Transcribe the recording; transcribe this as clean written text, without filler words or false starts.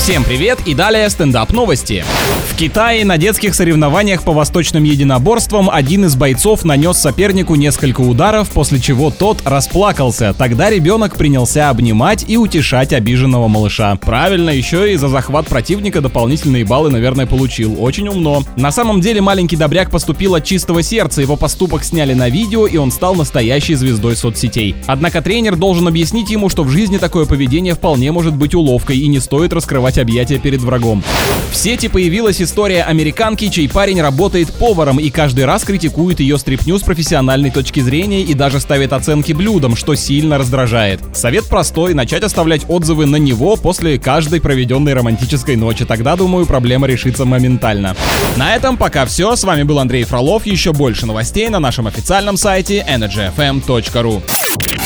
Всем привет и далее стендап новости. В Китае на детских соревнованиях по восточным единоборствам один из бойцов нанес сопернику несколько ударов, после чего тот расплакался. Тогда ребенок принялся обнимать и утешать обиженного малыша. Правильно, еще и за захват противника дополнительные баллы, наверное, получил. Очень умно. На самом деле маленький добряк поступил от чистого сердца, его поступок сняли на видео, и он стал настоящей звездой соцсетей. Однако тренер должен объяснить ему, что в жизни такое поведение вполне может быть уловкой и не стоит раскрывать объятия перед врагом. В сети появилась история американки, чей парень работает поваром и каждый раз критикует ее стряпню с профессиональной точки зрения и даже ставит оценки блюдам, что сильно раздражает. Совет простой: начать оставлять отзывы на него после каждой проведенной романтической ночи. Тогда, думаю, проблема решится моментально. На этом пока все. С вами был Андрей Фролов. Еще больше новостей на нашем официальном сайте energyfm.ru.